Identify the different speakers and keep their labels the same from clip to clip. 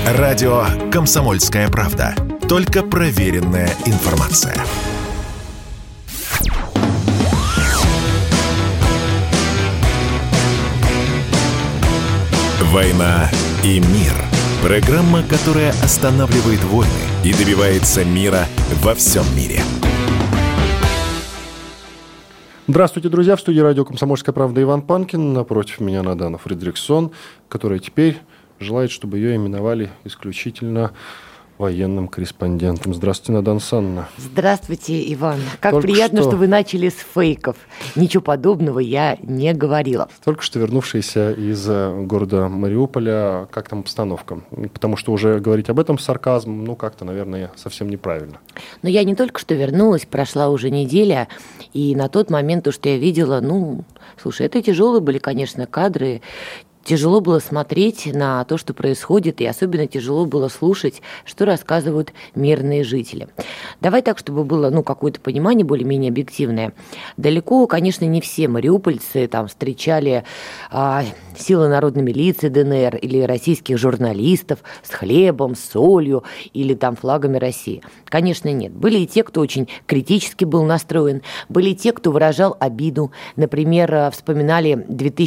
Speaker 1: Радио «Комсомольская правда». Только проверенная информация. «Война и мир». Программа, которая останавливает войны и добивается мира во всем мире.
Speaker 2: Здравствуйте, друзья. В студии радио «Комсомольская правда» Иван Панкин. Напротив меня Надана Фридрихсон, которая теперь желает, чтобы ее именовали исключительно военным корреспондентом. Здравствуйте, Надана Санна.
Speaker 3: Здравствуйте, Иван. Как
Speaker 2: Только
Speaker 3: приятно,
Speaker 2: что
Speaker 3: вы начали с фейков. Ничего подобного я не говорила.
Speaker 2: Только что вернувшиеся из города Мариуполя, как там обстановка? Потому что уже говорить об этом с сарказмом, как-то, наверное, совсем неправильно.
Speaker 3: Но я не только что вернулась, прошла уже неделя, и на тот момент то, что я видела, слушай, это тяжелые были, конечно, кадры. Тяжело было смотреть на то, что происходит, и особенно тяжело было слушать, что рассказывают мирные жители. Давай так, чтобы было какое-то понимание более-менее объективное. Далеко, конечно, не все мариупольцы там встречали силы народной милиции ДНР или российских журналистов с хлебом, с солью или там флагами России. Конечно, нет. Были и те, кто очень критически был настроен, были и те, кто выражал обиду. Например, вспоминали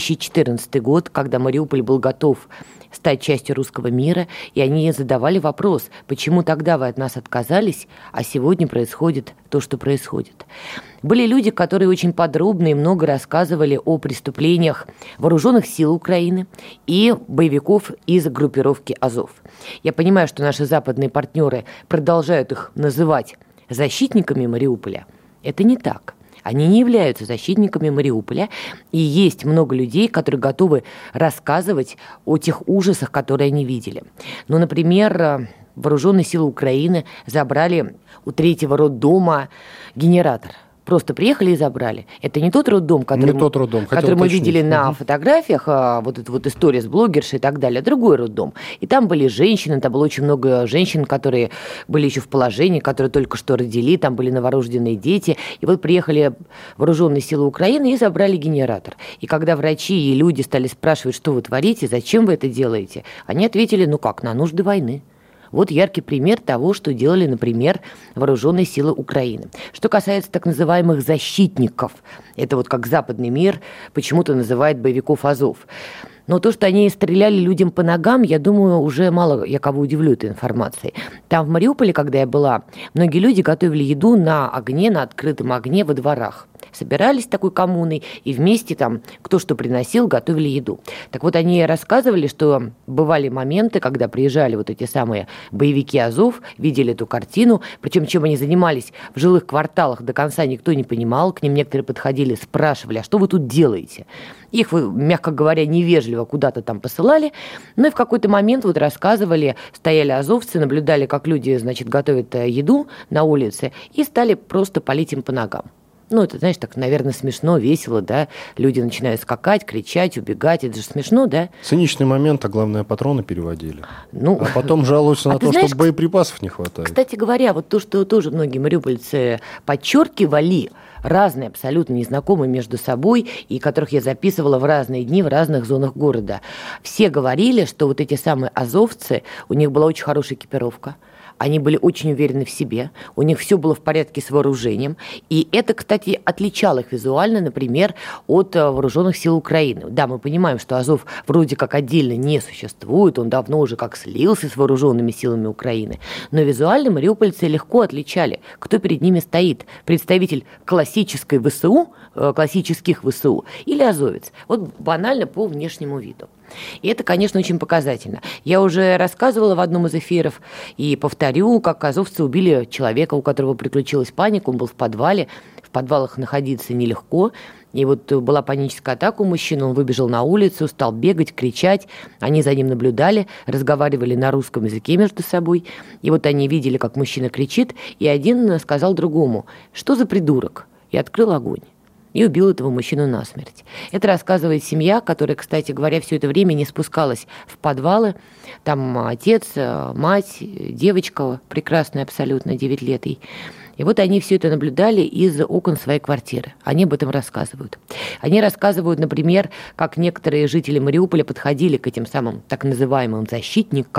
Speaker 3: 2014 год, когда Мариуполь был готов стать частью русского мира, и они задавали вопрос, почему тогда вы от нас отказались, а сегодня происходит то, что происходит. Были люди, которые очень подробно и много рассказывали о преступлениях вооруженных сил Украины и боевиков из группировки «Азов». Я понимаю, что наши западные партнеры продолжают их называть защитниками Мариуполя. Это не так. Они не являются защитниками Мариуполя, и есть много людей, которые готовы рассказывать о тех ужасах, которые они видели. Например, вооруженные силы Украины забрали у 3-го роддома генератор. Просто приехали и забрали. Это не тот роддом, который мы видели на фотографиях, вот эта вот история с блогершей и так далее, а другой роддом. И там были женщины, там было очень много женщин, которые были еще в положении, которые только что родили, там были новорожденные дети. И вот приехали вооруженные силы Украины и забрали генератор. И когда врачи и люди стали спрашивать, что вы творите, зачем вы это делаете, они ответили, на нужды войны. Вот яркий пример того, что делали, например, вооруженные силы Украины. Что касается так называемых защитников, это вот как западный мир почему-то называет боевиков Азов. Но то, что они стреляли людям по ногам, я думаю, уже мало я кого удивлю этой информацией. Там в Мариуполе, когда я была, многие люди готовили еду на огне, на открытом огне во дворах. Собирались такой коммуной и вместе там, кто что приносил, готовили еду. Так вот, они рассказывали, что бывали моменты, когда приезжали вот эти самые боевики Азов, видели эту картину, причем чем они занимались в жилых кварталах, до конца никто не понимал, к ним некоторые подходили, спрашивали, а что вы тут делаете? Их, мягко говоря, невежливо куда-то там посылали, но и в какой-то момент вот рассказывали, стояли азовцы, наблюдали, как люди, готовят еду на улице, и стали просто палить им по ногам. Это, знаешь, так, наверное, смешно, весело, да? Люди начинают скакать, кричать, убегать. Это же смешно, да?
Speaker 2: Циничный момент, а главное, патроны переводили. А потом жалуются на то, что боеприпасов не хватает.
Speaker 3: Кстати говоря, вот то, что тоже многие мариупольцы подчеркивали, разные, абсолютно незнакомые между собой, и которых я записывала в разные дни в разных зонах города. Все говорили, что вот эти самые азовцы, у них была очень хорошая экипировка. Они были очень уверены в себе, у них все было в порядке с вооружением. И это, кстати, отличало их визуально, например, от вооруженных сил Украины. Да, мы понимаем, что Азов вроде как отдельно не существует, он давно уже как слился с вооруженными силами Украины. Но визуально мариупольцы легко отличали, кто перед ними стоит. Представитель классической ВСУ, классических ВСУ или азовец. Вот банально по внешнему виду. И это, конечно, очень показательно. Я уже рассказывала в одном из эфиров и повторю, как азовцы убили человека, у которого приключилась паника, он был в подвале. В подвалах находиться нелегко. И вот была паническая атака у мужчины, он выбежал на улицу, стал бегать, кричать. Они за ним наблюдали, разговаривали на русском языке между собой. И вот они видели, как мужчина кричит, и один сказал другому: «Что за придурок?» И открыл огонь. И убил этого мужчину насмерть. Это рассказывает семья, которая, кстати говоря, все это время не спускалась в подвалы. Там отец, мать, девочка прекрасная абсолютно, 9 лет ей. И вот они все это наблюдали из окон своей квартиры. Они об этом рассказывают. Они рассказывают, например, как некоторые жители Мариуполя подходили к этим самым так называемым защитникам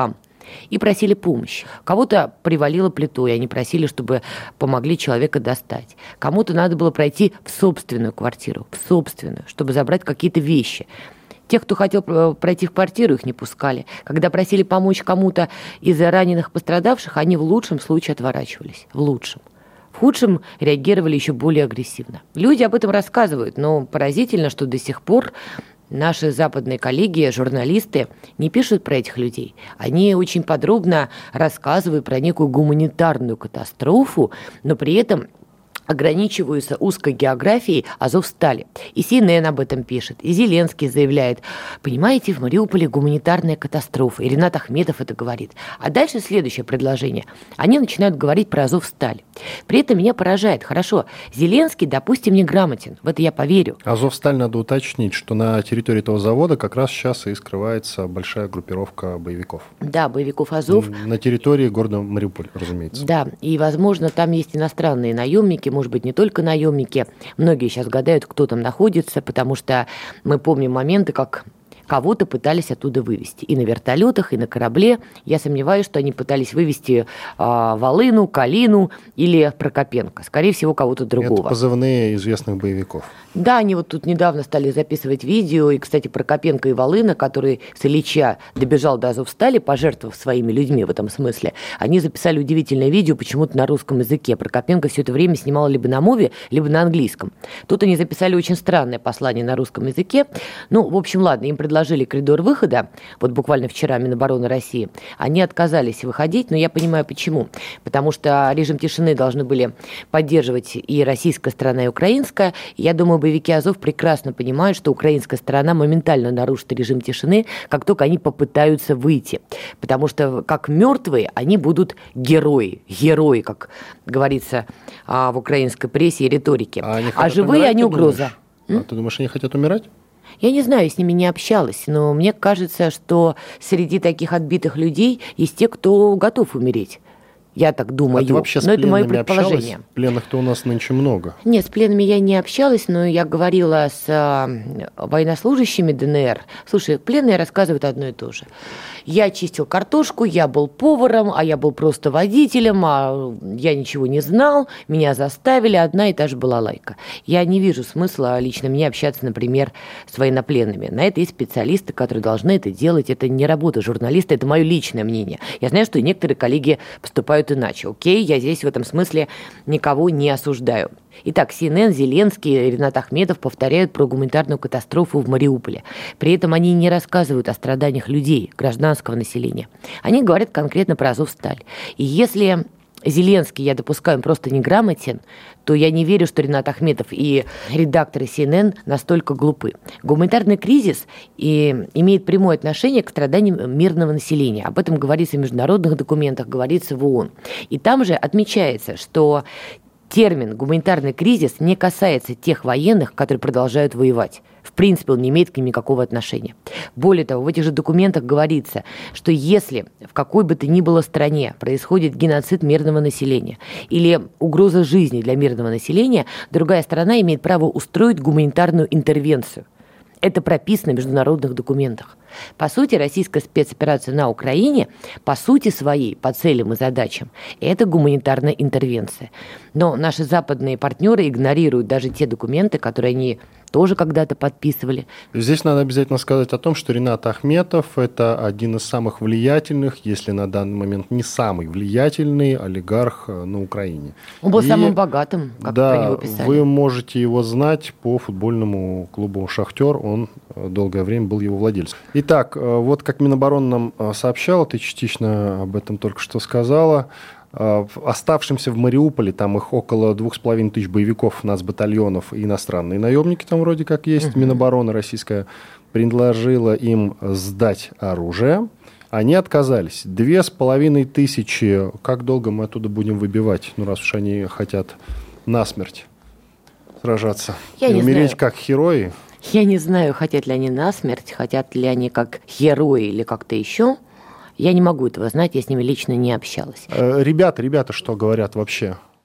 Speaker 3: и просили помощи. Кого-то привалило плитой, они просили, чтобы помогли человека достать. Кому-то надо было пройти в собственную квартиру, чтобы забрать какие-то вещи. Тех, кто хотел пройти в квартиру, их не пускали. Когда просили помочь кому-то из раненых пострадавших, они в лучшем случае отворачивались. В лучшем. В худшем реагировали еще более агрессивно. Люди об этом рассказывают, но поразительно, что до сих пор наши западные коллеги, журналисты, не пишут про этих людей. Они очень подробно рассказывают про некую гуманитарную катастрофу, но при этом ограничиваются узкой географией Азовстали. И CNN об этом пишет, и Зеленский заявляет, понимаете, в Мариуполе гуманитарная катастрофа, и Ринат Ахметов это говорит. А дальше следующее предложение. Они начинают говорить про Азовсталь. При этом меня поражает, хорошо, Зеленский, допустим, не грамотен, в это я поверю.
Speaker 2: Азовсталь, надо уточнить, что на территории этого завода как раз сейчас и скрывается большая группировка боевиков.
Speaker 3: Да, боевиков Азов.
Speaker 2: На территории города Мариуполь, разумеется.
Speaker 3: Да, и, возможно, там есть иностранные наемники, может быть, не только наемники. Многие сейчас гадают, кто там находится, потому что мы помним моменты, как кого-то пытались оттуда вывести. И на вертолетах, и на корабле. Я сомневаюсь, что они пытались вывести Волыну, Калину или Прокопенко. Скорее всего, кого-то другого.
Speaker 2: Это позывные известных боевиков.
Speaker 3: Да, они вот тут недавно стали записывать видео. И, кстати, Прокопенко и Волына, который с Ильича добежал до Азовстали, пожертвовав своими людьми в этом смысле, они записали удивительное видео почему-то на русском языке. Прокопенко все это время снимал либо на мове, либо на английском. Тут они записали очень странное послание на русском языке. Ну, в общем, ладно, им предложили коридор выхода, вот буквально вчера Минобороны России, они отказались выходить, но я понимаю почему. Потому что режим тишины должны были поддерживать и российская сторона, и украинская. Я думаю, боевики Азов прекрасно понимают, что украинская сторона моментально нарушит режим тишины, как только они попытаются выйти. Потому что как мертвые они будут герои, как говорится в украинской прессе и риторике. А живые они угроза.
Speaker 2: А ты думаешь, они хотят умирать?
Speaker 3: Я не знаю, я с ними не общалась, но мне кажется, что среди таких отбитых людей есть те, кто готов умереть. Я так думаю.
Speaker 2: А ты вообще с
Speaker 3: но это мое
Speaker 2: пленными
Speaker 3: предположение.
Speaker 2: общалась? Пленных-то у нас нынче много.
Speaker 3: Нет, с пленными я не общалась, но я говорила с военнослужащими ДНР. Слушай, пленные рассказывают одно и то же. Я чистил картошку, я был поваром, а я был просто водителем, а я ничего не знал, меня заставили, одна и та же балалайка. Я не вижу смысла лично мне общаться, например, с военнопленными. На это есть специалисты, которые должны это делать. Это не работа журналиста, это мое личное мнение. Я знаю, что и некоторые коллеги поступают иначе. Окей, я здесь в этом смысле никого не осуждаю. Итак, CNN, Зеленский, Ринат Ахметов повторяют про гуманитарную катастрофу в Мариуполе. При этом они не рассказывают о страданиях людей, гражданского населения. Они говорят конкретно про Азовсталь. И если Зеленский, я допускаю, он просто неграмотен, то я не верю, что Ринат Ахметов и редакторы CNN настолько глупы. Гуманитарный кризис имеет прямое отношение к страданиям мирного населения. Об этом говорится в международных документах, говорится в ООН. И там же отмечается, что термин «гуманитарный кризис» не касается тех военных, которые продолжают воевать. В принципе, он не имеет к ним никакого отношения. Более того, в этих же документах говорится, что если в какой бы то ни было стране происходит геноцид мирного населения или угроза жизни для мирного населения, другая сторона имеет право устроить гуманитарную интервенцию. Это прописано в международных документах. По сути, российская спецоперация на Украине, по сути своей, по целям и задачам, это гуманитарная интервенция. Но наши западные партнеры игнорируют даже те документы, которые они тоже когда-то подписывали.
Speaker 2: Здесь надо обязательно сказать о том, что Ринат Ахметов – это один из самых влиятельных, если на данный момент не самый влиятельный олигарх на Украине.
Speaker 3: Он был самым богатым, как про него писали.
Speaker 2: Вы можете его знать по футбольному клубу «Шахтер», он долгое время был его владельцем. Итак, вот как Минобороны нам сообщало, ты частично об этом только что сказала, оставшимся в Мариуполе, там их около 2500 боевиков, нацбатальонов и иностранные наемники там вроде как есть, Минобороны российская предложила им сдать оружие. Они отказались. 2500. Как долго мы оттуда будем выбивать, раз уж они хотят насмерть сражаться?
Speaker 3: Я
Speaker 2: и
Speaker 3: не
Speaker 2: умереть
Speaker 3: знаю.
Speaker 2: как герои?
Speaker 3: Я не знаю, хотят ли они насмерть, хотят ли они как герои или как-то еще. Я не могу этого знать, я с ними лично не общалась.
Speaker 2: Ребята что говорят вообще?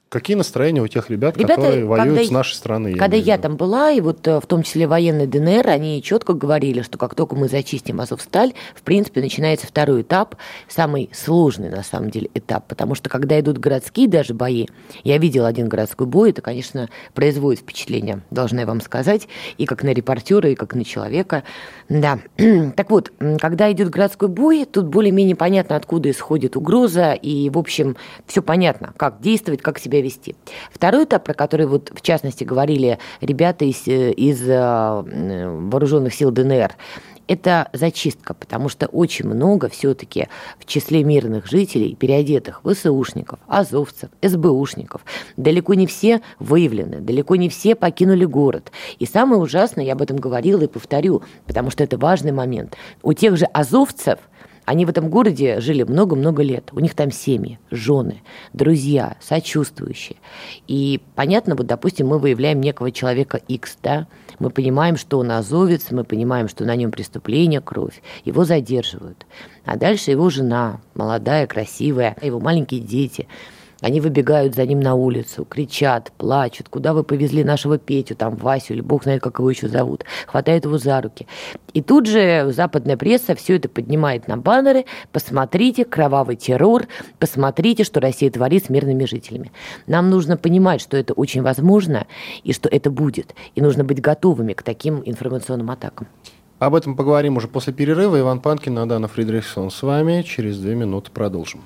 Speaker 2: Какие настроения у тех ребят, которые воюют с нашей страной?
Speaker 3: Когда я там была, и вот в том числе военный ДНР, они четко говорили, что как только мы зачистим Азовсталь, в принципе, начинается второй этап, самый сложный, на самом деле, этап, потому что когда идут городские даже бои, я видела один городской бой, это, конечно, производит впечатление, должна я вам сказать, и как на репортера, и как на человека, да. Так вот, когда идет городской бой, тут более-менее понятно, откуда исходит угроза, и, в общем, все понятно, как действовать, как себя вести. Второй этап, про который вот в частности говорили ребята из вооруженных сил ДНР, это зачистка, потому что очень много все-таки в числе мирных жителей, переодетых ВСУшников, азовцев, СБУшников. Далеко не все выявлены, далеко не все покинули город. И самое ужасное, я об этом говорила и повторю, потому что это важный момент, у тех же азовцев, они в этом городе жили много-много лет. У них там семьи, жены, друзья, сочувствующие. И понятно, вот, допустим, мы выявляем некого человека X, да? Мы понимаем, что он азовец, мы понимаем, что на нем преступление, кровь. Его задерживают. А дальше его жена, молодая, красивая, его маленькие дети – они выбегают за ним на улицу, кричат, плачут, куда вы повезли нашего Петю, там, Васю, или бог знает, как его еще зовут, хватают его за руки. И тут же западная пресса все это поднимает на баннеры, посмотрите, кровавый террор, посмотрите, что Россия творит с мирными жителями. Нам нужно понимать, что это очень возможно, и что это будет, и нужно быть готовыми к таким информационным атакам.
Speaker 2: Об этом поговорим уже после перерыва. Иван Панкин, Адана Фридрихсон с вами. Через 2 минуты продолжим.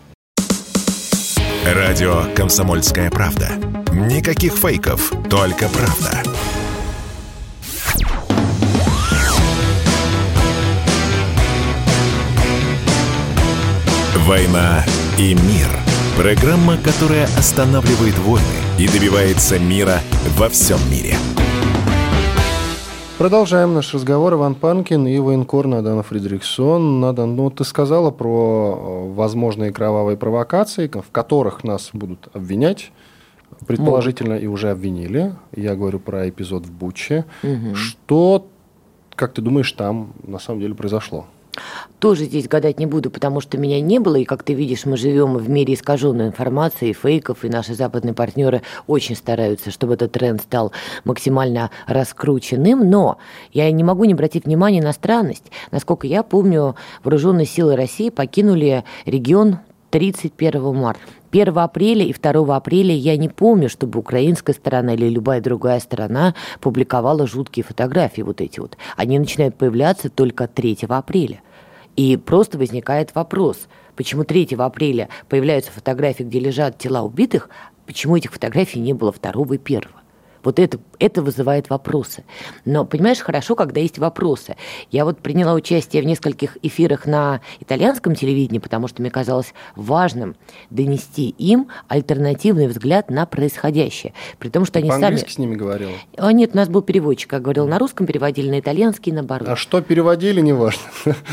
Speaker 1: Радио «Комсомольская правда». Никаких фейков, только правда. «Война и мир». Программа, которая останавливает войны и добивается мира во всем мире.
Speaker 2: Продолжаем наш разговор. Иван Панкин и военкор Надана Фридрихсон. Надан, ты сказала про возможные кровавые провокации, в которых нас будут обвинять, предположительно, и уже обвинили. Я говорю про эпизод в Буче. Угу. Что, как ты думаешь, там на самом деле произошло?
Speaker 3: Тоже здесь гадать не буду, потому что меня не было, и, как ты видишь, мы живем в мире искаженной информации, фейков, и наши западные партнеры очень стараются, чтобы этот тренд стал максимально раскрученным, но я не могу не обратить внимания на странность. Насколько я помню, вооруженные силы России покинули регион 31 марта. 1 апреля и 2 апреля я не помню, чтобы украинская сторона или любая другая сторона публиковала жуткие фотографии вот эти вот. Они начинают появляться только 3 апреля. И просто возникает вопрос, почему 3 апреля появляются фотографии, где лежат тела убитых, почему этих фотографий не было 2 и 1? Вот это вызывает вопросы. Но, понимаешь, хорошо, когда есть вопросы. Я вот приняла участие в нескольких эфирах на итальянском телевидении, потому что мне казалось важным донести им альтернативный взгляд на происходящее. При том, что они сами...
Speaker 2: По-английски с ними говорила?
Speaker 3: Нет, у нас был переводчик. Я говорила на русском, переводили на итальянский, наоборот.
Speaker 2: А что переводили, неважно.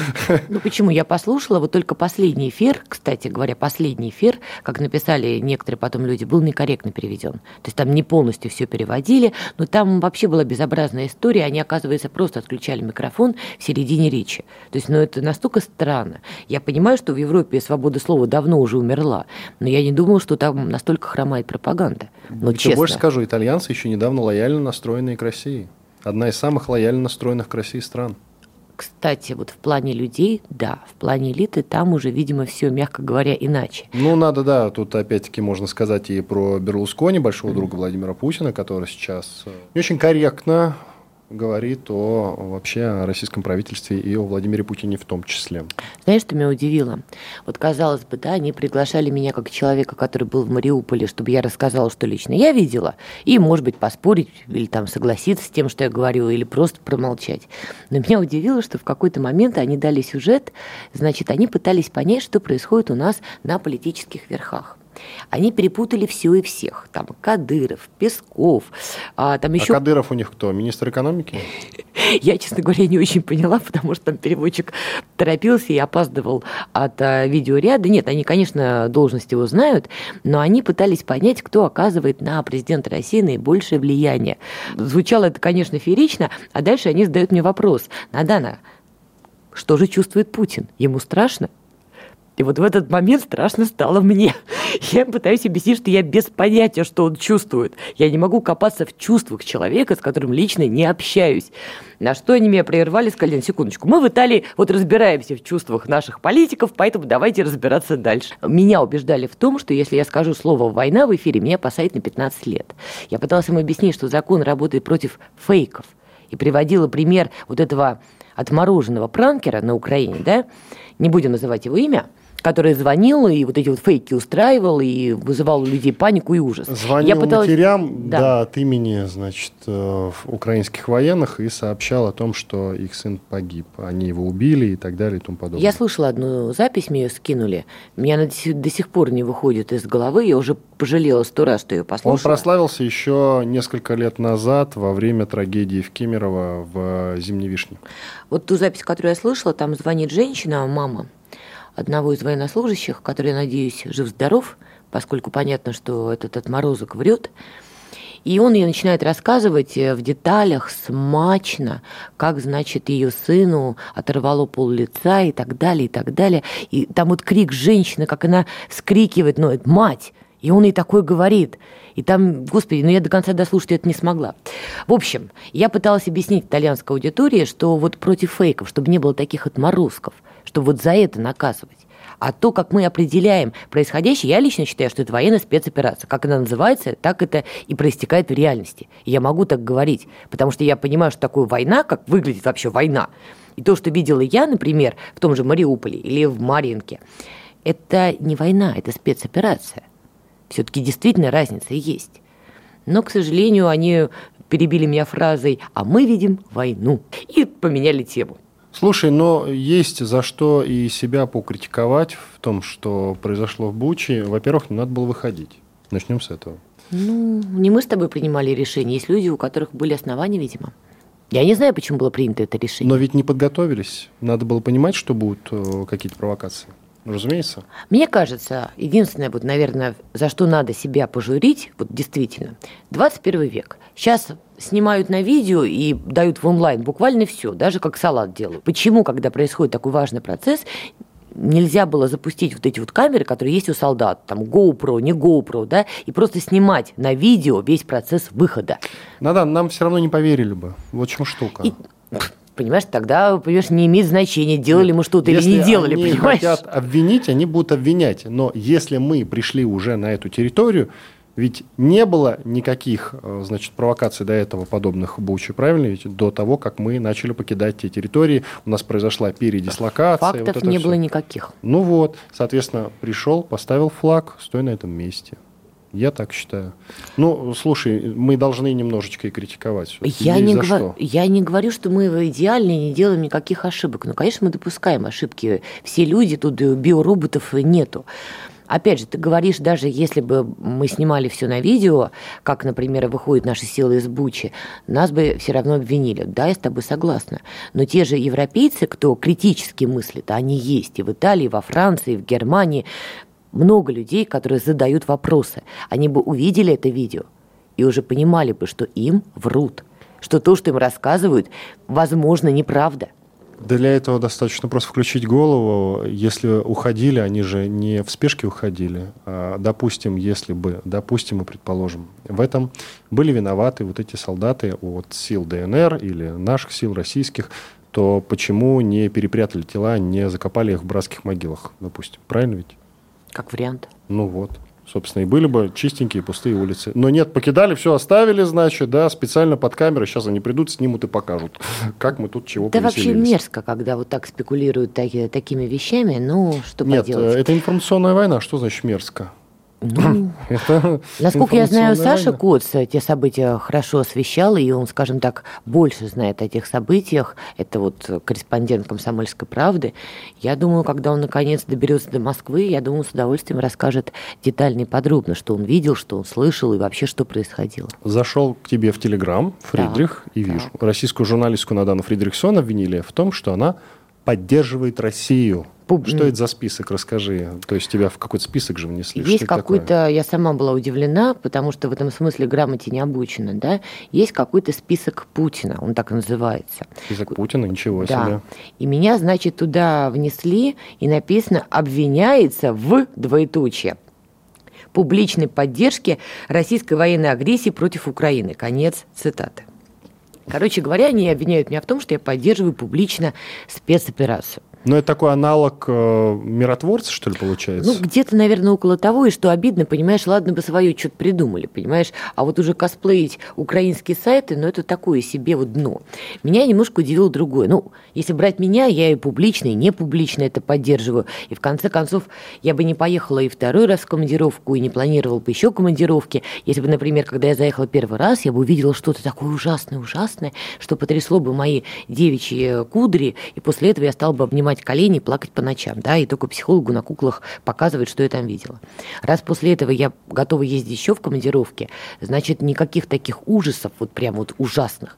Speaker 3: Ну, почему? Я послушала, вот только последний эфир, кстати говоря, последний эфир, как написали некоторые потом люди, был некорректно переведен. То есть там не полностью все переводили, но там вообще была безобразная история. Они, оказывается, просто отключали микрофон в середине речи. То есть, это настолько странно. Я понимаю, что в Европе свобода слова давно уже умерла, но я не думала, что там настолько хромает пропаганда. Но честно.
Speaker 2: Больше скажу, итальянцы еще недавно лояльно настроенные к России. Одна из самых лояльно настроенных к России стран.
Speaker 3: Кстати, вот в плане людей, да, в плане элиты там уже, видимо, все, мягко говоря, иначе.
Speaker 2: Надо, да, тут опять-таки можно сказать и про Берлускони, большого друга Владимира Путина, который сейчас не очень корректно говорит вообще о российском правительстве и о Владимире Путине в том числе.
Speaker 3: Знаешь, что меня удивило? Вот, казалось бы, да, они приглашали меня как человека, который был в Мариуполе, чтобы я рассказала, что лично я видела, и, может быть, поспорить или там согласиться с тем, что я говорю, или просто промолчать. Но меня удивило, что в какой-то момент они дали сюжет, значит, они пытались понять, что происходит у нас на политических верхах. Они перепутали все и всех. Там Кадыров, Песков. Там еще...
Speaker 2: А Кадыров у них кто? Министр экономики?
Speaker 3: Я, честно говоря, не очень поняла, потому что там переводчик торопился и опаздывал от видеоряда. Нет, они, конечно, должность его знают, но они пытались понять, кто оказывает на президента России наибольшее влияние. Звучало это, конечно, феерично, а дальше они задают мне вопрос. Надана, что же чувствует Путин? Ему страшно? И вот в этот момент страшно стало мне. Я пытаюсь объяснить, что я без понятия, что он чувствует. Я не могу копаться в чувствах человека, с которым лично не общаюсь. На что они меня прервали, сказали: секундочку, мы в Италии вот разбираемся в чувствах наших политиков, поэтому давайте разбираться дальше. Меня убеждали в том, что если я скажу слово «война» в эфире, меня посадят на 15 лет. Я пыталась им объяснить, что закон работает против фейков. И приводила пример вот этого отмороженного пранкера на Украине, да, не будем называть его имя, который звонил и вот эти вот фейки устраивал и вызывал у людей панику и ужас.
Speaker 2: Звонил матерям, да, от имени, значит, украинских военных и сообщал о том, что их сын погиб. Они его убили и так далее и тому подобное.
Speaker 3: Я слышала одну запись, мне ее скинули. Меня она до сих пор не выходит из головы. Я уже пожалела 100 раз, что ее послушала.
Speaker 2: Он прославился еще несколько лет назад во время трагедии в Кемерово в «Зимней вишне».
Speaker 3: Вот ту запись, которую я слышала, там звонит женщина, мама одного из военнослужащих, который, я надеюсь, жив-здоров, поскольку понятно, что этот отморозок врет. И он ей начинает рассказывать в деталях, смачно, как, значит, ее сыну оторвало пол-лица и так далее, и так далее. И там вот крик женщины, как она вскрикивает, ну, это мать. И он ей такое говорит. И там, господи, я до конца дослушать это не смогла. В общем, я пыталась объяснить итальянской аудитории, что вот против фейков, чтобы не было таких отморозков, чтобы вот за это наказывать. А то, как мы определяем происходящее, я лично считаю, что это военная спецоперация. Как она называется, так это и проистекает в реальности. И я могу так говорить, потому что я понимаю, что такое война, как выглядит вообще война. И то, что видела я, например, в том же Мариуполе или в Марьинке, это не война, это спецоперация. Все-таки действительно разница есть. Но, к сожалению, они перебили меня фразой «а мы видим войну» и поменяли тему.
Speaker 2: Слушай, но есть за что и себя покритиковать в том, что произошло в Буче. Во-первых, не надо было выходить. Начнем с этого.
Speaker 3: Ну, не мы с тобой принимали решение. Есть люди, у которых были основания, видимо. Я не знаю, почему было принято это решение.
Speaker 2: Но ведь не подготовились. Надо было понимать, что будут какие-то провокации. Разумеется.
Speaker 3: Мне кажется, единственное, вот, наверное, за что надо себя пожурить, вот действительно, 21 век. Сейчас снимают на видео и дают в онлайн буквально все, даже как салат делают. Почему, когда происходит такой важный процесс, нельзя было запустить вот эти вот камеры, которые есть у солдат, там GoPro, не GoPro, да, и просто снимать на видео весь процесс выхода?
Speaker 2: Нам все равно не поверили бы. Вот в чем штука.
Speaker 3: Понимаешь, тогда, понимаешь, не имеет значения, делали мы что-то или не делали, понимаешь?
Speaker 2: Если они хотят обвинить, они будут обвинять. Но если мы пришли уже на эту территорию, ведь не было никаких, значит, провокаций до этого, подобных в Буче, правильно? Ведь до того, как мы начали покидать те территории, у нас произошла передислокация.
Speaker 3: Фактов вот не было никаких.
Speaker 2: Ну вот, соответственно, пришел, поставил флаг, стой на этом месте. Я так считаю. Ну, слушай, мы должны немножечко и критиковать.
Speaker 3: Я не говорю, что мы идеальны и не делаем никаких ошибок. Но, конечно, мы допускаем ошибки. Все люди, тут биороботов нету. Опять же, ты говоришь, даже если бы мы снимали все на видео, как, например, выходят наши силы из Бучи, нас бы все равно обвинили. Да, я с тобой согласна. Но те же европейцы, кто критически мыслит, они есть и в Италии, и во Франции, и в Германии. Много людей, которые задают вопросы. Они бы увидели это видео и уже понимали бы, что им врут, что то, что им рассказывают, возможно, неправда.
Speaker 2: Для этого достаточно просто включить голову. Если уходили, они же не в спешке уходили. Допустим, если бы, мы предположим, в этом были виноваты вот эти солдаты от сил ДНР или наших сил российских, то почему не перепрятали тела, не закопали их в братских могилах, допустим? Правильно ведь?
Speaker 3: Как вариант.
Speaker 2: Ну вот. Собственно, и были бы чистенькие пустые улицы. Но нет, покидали, все оставили, значит, да, специально под камеры. Сейчас они придут, снимут и покажут, как мы тут чего повеселились.
Speaker 3: Да вообще мерзко, когда вот так спекулируют такими вещами. Ну, что поделать.
Speaker 2: Нет, это информационная война. Что значит мерзко?
Speaker 3: Ну, насколько я знаю, Саша Коц те события хорошо освещал, и он, скажем так, больше знает о тех событиях. Это вот корреспондент «Комсомольской правды». Я думаю, когда он наконец доберется до Москвы, я думаю, с удовольствием расскажет детально и подробно, что он видел, что он слышал и вообще, что происходило.
Speaker 2: Зашел к тебе в Телеграм, Фридрих, и вижу. Российскую журналистку Надану Фридрихсон обвинили в том, что она поддерживает Россию. Что это за список? Расскажи. То есть тебя в какой-то список же внесли?
Speaker 3: Есть какой-то, я сама была удивлена, потому что в этом смысле грамоте не обучена, да? Есть какой-то список Путина, он так называется.
Speaker 2: Список Путина? Ничего себе.
Speaker 3: Да. И меня, значит, туда внесли, и написано «обвиняется в двоеточие». публичной поддержки российской военной агрессии против Украины. Конец цитаты. Короче говоря, они обвиняют меня в том, что я поддерживаю публично спецоперацию.
Speaker 2: Но это такой аналог миротворца, что ли, получается?
Speaker 3: Ну, где-то, наверное, около того, и что обидно, понимаешь, ладно бы свое что-то придумали, понимаешь, а вот уже косплеить украинские сайты, ну, это такое себе вот дно. Меня немножко удивило другое. Ну, если брать меня, я и публично, и не публично это поддерживаю, и в конце концов я бы не поехала и второй раз в командировку, и не планировала бы еще командировки, если бы, например, когда я заехала первый раз, я бы увидела что-то такое ужасное, что потрясло бы мои девичьи кудри, и после этого я стала бы обнимать колени и плакать по ночам, да, и только психологу на куклах показывать, что я там видела. Раз после этого я готова ездить еще в командировке, значит, никаких таких ужасов, вот прям вот ужасных,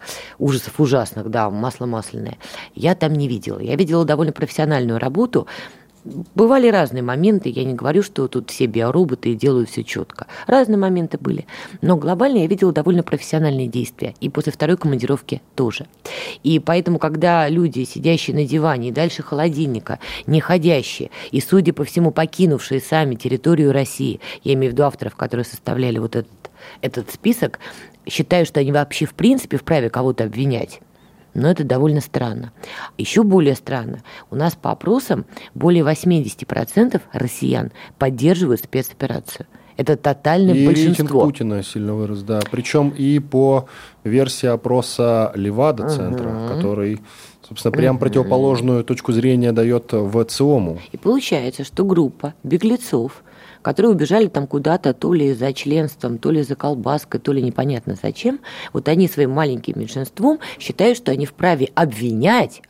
Speaker 3: да, масло масляное, я там не видела. Я видела довольно профессиональную работу. Бывали разные моменты, я не говорю, что тут все биороботы и делают все четко. Разные моменты были. Но глобально я видела довольно профессиональные действия. И после второй командировки тоже. И поэтому, когда люди, сидящие на диване и дальше холодильника, не ходящие, и, судя по всему, покинувшие сами территорию России, я имею в виду авторов, которые составляли вот этот список, считаю, что они вообще в принципе вправе кого-то обвинять. Но это довольно странно. Еще более странно, у нас по опросам более 80% россиян поддерживают спецоперацию. Это тотальное большинство.
Speaker 2: И рейтинг Путина сильно вырос, да. Причем и по версии опроса Левада-центра, который, собственно, прям противоположную точку зрения дает ВЦИОМу.
Speaker 3: И получается, что группа беглецов, которые убежали там куда-то то ли за членством, то ли за колбаской, то ли непонятно зачем, вот они своим маленьким меньшинством считают, что они вправе обвинять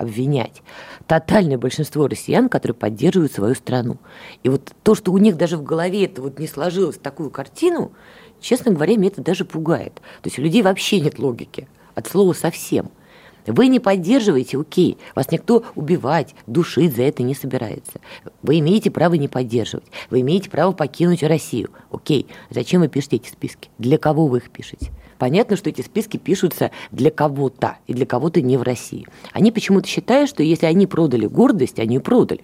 Speaker 3: тотальное большинство россиян, которые поддерживают свою страну. И вот то, что у них даже в голове это вот не сложилось в такую картину, честно говоря, меня это даже пугает. То есть у людей вообще нет логики, от слова совсем. Вы не поддерживаете, окей, вас никто убивать, душить за это не собирается. Вы имеете право не поддерживать, вы имеете право покинуть Россию, окей. Зачем вы пишете эти списки? Для кого вы их пишете? Понятно, что эти списки пишутся для кого-то, и для кого-то не в России. Они почему-то считают, что если они продали гордость, они ее продали.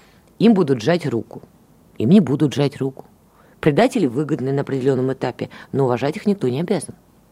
Speaker 3: Им будут жать руку, им не будут жать руку. Предатели выгодны на определенном этапе, но уважать их никто не обязан.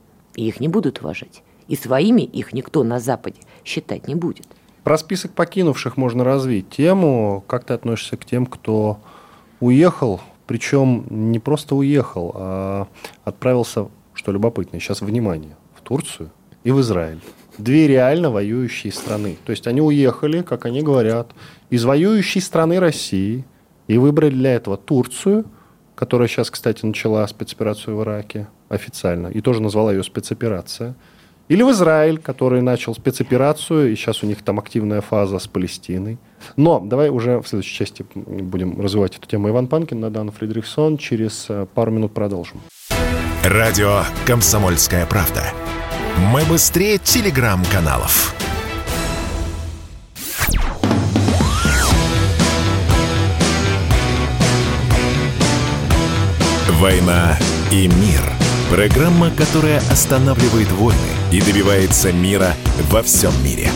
Speaker 3: И их не будут уважать. И своими их никто на Западе считать не будет.
Speaker 2: Про список покинувших можно развить тему. Как ты относишься к тем, кто уехал, причем не просто уехал, а отправился, что любопытно, сейчас внимание, в Турцию и в Израиль. Две реально воюющие страны. То есть они уехали, как они говорят, из воюющей страны России и выбрали для этого Турцию, которая сейчас, кстати, начала спецоперацию в Ираке официально и тоже назвала ее спецоперация. Или в Израиль, который начал спецоперацию, и сейчас у них там активная фаза с Палестиной. Но давай уже в следующей части будем развивать эту тему. Иван Панкин, Надана Фридрихсон. Через пару минут продолжим.
Speaker 1: Радио «Комсомольская правда». Мы быстрее телеграм-каналов. «Война и мир». Программа, которая останавливает войны и добивается мира во всем мире.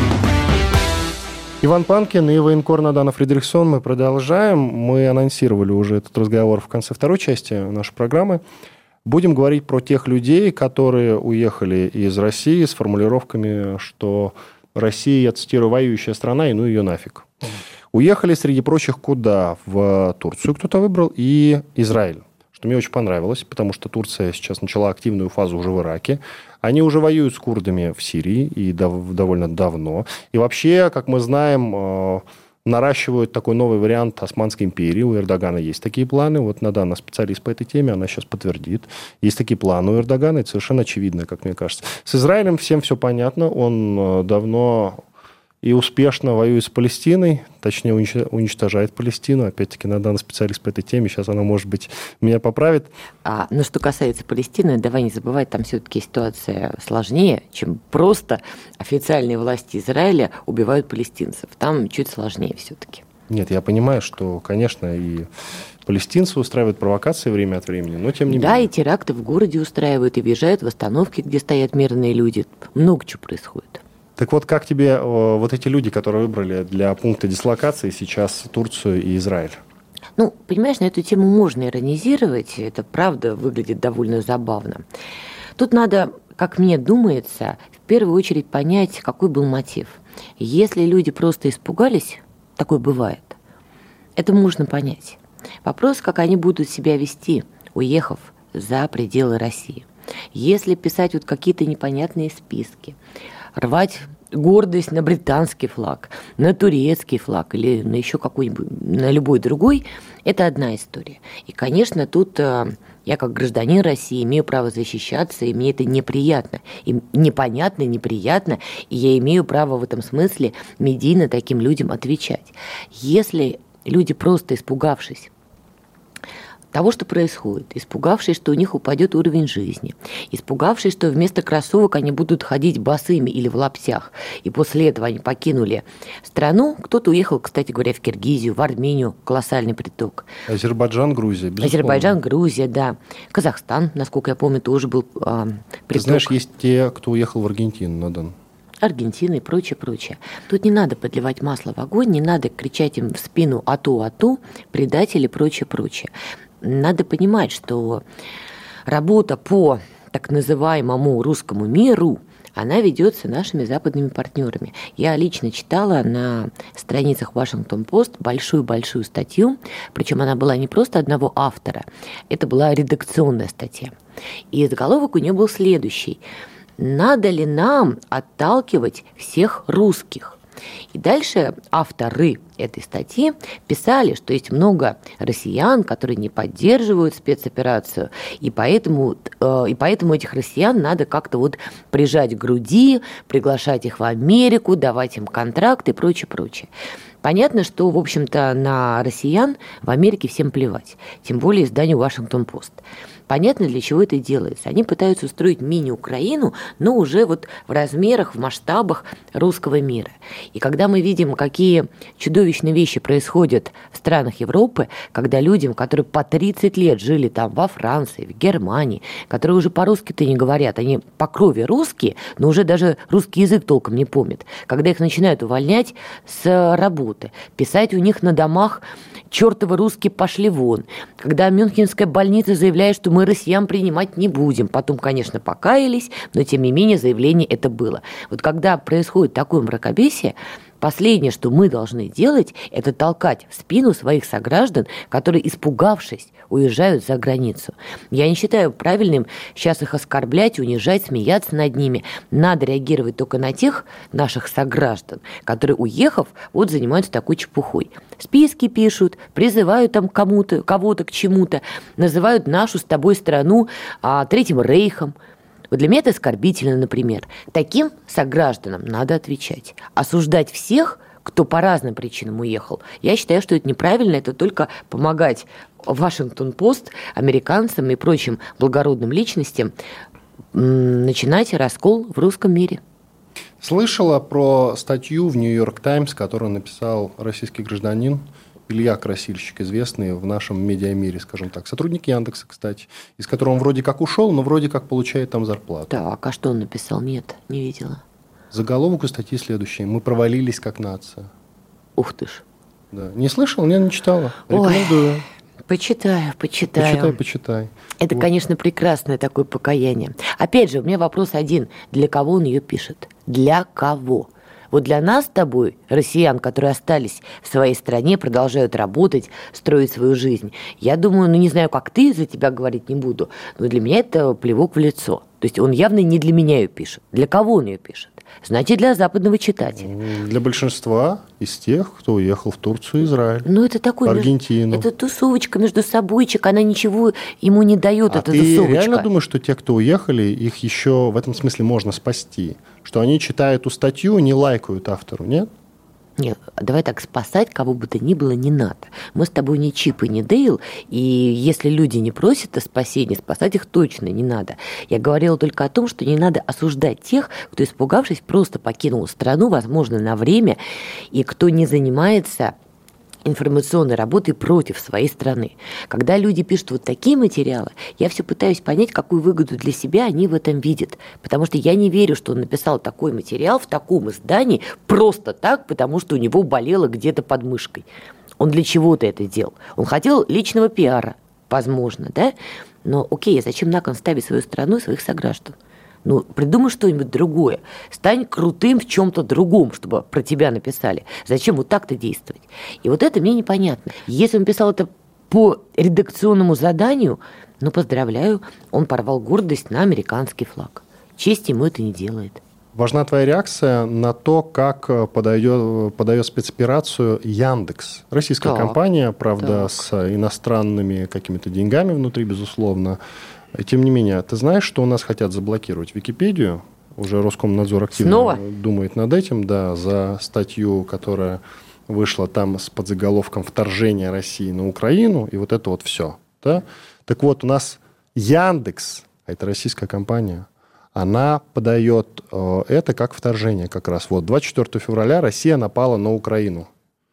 Speaker 2: Иван Панкин и военкор Надана Фридрихсон. Мы продолжаем. Мы анонсировали уже этот разговор в конце второй части нашей программы. Будем говорить про тех людей, которые уехали из России с формулировками, что Россия, я цитирую, воюющая страна, и ну ее нафиг. Уехали, среди прочих, куда? В Турцию кто-то выбрал и Израиль. Что мне очень понравилось, потому что Турция сейчас начала активную фазу уже в Ираке. Они уже воюют с курдами в Сирии и довольно давно. И вообще, как мы знаем, наращивают такой новый вариант Османской империи. У Эрдогана есть такие планы. Вот Надана специалист по этой теме, она сейчас подтвердит. Есть такие планы у Эрдогана, это совершенно очевидно, как мне кажется. С Израилем всем все понятно. Он давно и успешно воюет с Палестиной, точнее, уничтожает Палестину. Опять-таки, Надана специалист по этой теме, сейчас она, может быть, меня поправит.
Speaker 3: Но что касается Палестины, давай не забывать, там все-таки ситуация сложнее, чем просто официальные власти Израиля убивают палестинцев. Там чуть сложнее все-таки.
Speaker 2: Нет, я понимаю, что, конечно, и палестинцы устраивают провокации время от времени, но тем не менее.
Speaker 3: Да, и теракты в городе устраивают, и въезжают в остановки, где стоят мирные люди. Много чего происходит.
Speaker 2: Так вот, как тебе вот эти люди, которые выбрали для пункта дислокации сейчас Турцию и Израиль?
Speaker 3: Ну, понимаешь, на эту тему можно иронизировать, это правда выглядит довольно забавно. Тут надо, как мне думается, в первую очередь понять, какой был мотив. Если люди просто испугались, такое бывает, это можно понять. Вопрос, как они будут себя вести, уехав за пределы России. Если писать вот какие-то непонятные списки, рвать гордость на британский флаг, на турецкий флаг или на еще какой-нибудь, на любой другой, это одна история. И, конечно, тут я как гражданин России имею право защищаться, и мне это неприятно. И непонятно, неприятно, и я имею право в этом смысле медийно таким людям отвечать. Если люди, просто испугавшись того, что происходит, испугавшись, что у них упадет уровень жизни, испугавшись, что вместо кроссовок они будут ходить босыми или в лаптях, и после этого они покинули страну. Кто-то уехал, кстати говоря, в Киргизию, в Армению, колоссальный приток.
Speaker 2: Азербайджан, Грузия, безусловно.
Speaker 3: Азербайджан, Грузия, да. Казахстан, насколько я помню, тоже был приток.
Speaker 2: Ты знаешь, есть те, кто уехал в Аргентину, Надан.
Speaker 3: Аргентина и прочее, прочее. Тут не надо подливать масло в огонь, не надо кричать им в спину «ату, предатели», прочее, прочее. Надо понимать, что работа по так называемому русскому миру, она ведется нашими западными партнерами. Я лично читала на страницах Вашингтон-Пост большую-большую статью, причем она была не просто одного автора, это была редакционная статья. И заголовок у нее был следующий: «Надо ли нам отталкивать всех русских?» И дальше авторы этой статьи писали, что есть много россиян, которые не поддерживают спецоперацию, и поэтому этих россиян надо как-то вот прижать к груди, приглашать их в Америку, давать им контракты и прочее, прочее. Понятно, что, в общем-то, на россиян в Америке всем плевать, тем более изданию «Вашингтон-Пост». Понятно, для чего это делается. Они пытаются устроить мини-Украину, но уже вот в размерах, в масштабах русского мира. И когда мы видим, какие чудовищные вещи происходят в странах Европы, когда людям, которые по 30 лет жили там во Франции, в Германии, которые уже по-русски-то не говорят, они по крови русские, но уже даже русский язык толком не помнят, когда их начинают увольнять с работы, писать у них на домах «чертовы русские пошли вон», когда Мюнхенская больница заявляет, что мы россиян принимать не будем. Потом, конечно, покаялись, но, тем не менее, заявление это было. Вот когда происходит такое мракобесие, последнее, что мы должны делать, это толкать в спину своих сограждан, которые, испугавшись, уезжают за границу. Я не считаю правильным сейчас их оскорблять, унижать, смеяться над ними. Надо реагировать только на тех наших сограждан, которые, уехав, вот занимаются такой чепухой. Списки пишут, призывают там кого-то к чему-то, называют нашу с тобой страну Третьим Рейхом. Вот для меня это оскорбительно, например. Таким согражданам надо отвечать. Осуждать всех, кто по разным причинам уехал, я считаю, что это неправильно, это только помогать Вашингтон-Пост, американцам и прочим благородным личностям начинать раскол в русском мире.
Speaker 2: Слышала про статью в «Нью-Йорк Таймс», которую написал российский гражданин Илья Красильщик, известный в нашем медиамире, скажем так, сотрудник Яндекса, кстати, из которого он вроде как ушел, но вроде как получает там зарплату.
Speaker 3: Так, а что он написал? Нет, не видела.
Speaker 2: Заголовок у статьи следующий: «Мы провалились как нация».
Speaker 3: Ух ты ж.
Speaker 2: Да. Не слышал? Не читала. Рекомендую.
Speaker 3: Ой, почитай.
Speaker 2: Почитай.
Speaker 3: Это, вот, конечно, прекрасное такое покаяние. Опять же, у меня вопрос один. Для кого он ее пишет? Для кого? Вот для нас с тобой, россиян, которые остались в своей стране, продолжают работать, строить свою жизнь, я думаю, не знаю, как ты, за тебя говорить не буду, но для меня это плевок в лицо. То есть он явно не для меня ее пишет. Для кого он ее пишет? Значит, для западного читателя.
Speaker 2: Для большинства из тех, кто уехал в Турцию и Израиль.
Speaker 3: Ну, это такой...
Speaker 2: Аргентину.
Speaker 3: Это тусовочка между собойчик, она ничего ему не дает, эта тусовочка.
Speaker 2: Ты реально думаешь, что те, кто уехали, их еще в этом смысле можно спасти? Что они читают эту статью, не лайкают автору, нет?
Speaker 3: Нет, давай так, спасать кого бы то ни было не надо. Мы с тобой не Чип и не Дейл, и если люди не просят о спасении, спасать их точно не надо. Я говорила только о том, что не надо осуждать тех, кто, испугавшись, просто покинул страну, возможно, на время, и кто не занимается информационной работой против своей страны. Когда люди пишут вот такие материалы, я все пытаюсь понять, какую выгоду для себя они в этом видят. Потому что я не верю, что он написал такой материал в таком издании просто так, потому что у него болело где-то под мышкой. Он для чего-то это делал. Он хотел личного пиара, возможно, да? Но окей, зачем на кон ставить свою страну и своих сограждан? Ну, придумай что-нибудь другое. Стань крутым в чем-то другом, чтобы про тебя написали. Зачем вот так-то действовать? И вот это мне непонятно. Если он писал это по редакционному заданию, ну, поздравляю, он порвал гордость на американский флаг. Честь ему это не делает.
Speaker 2: Важна твоя реакция на то, как подает спецоперацию Яндекс. Российская компания, правда, с иностранными какими-то деньгами внутри, безусловно. Тем не менее, ты знаешь, что у нас хотят заблокировать Википедию? Уже Роскомнадзор активно думает над этим, да, за статью, которая вышла там с подзаголовком «Вторжение России на Украину», и вот это вот все. Да? Так вот, у нас Яндекс, это российская компания, она подает это как вторжение как раз. Вот, 24 февраля Россия напала на Украину.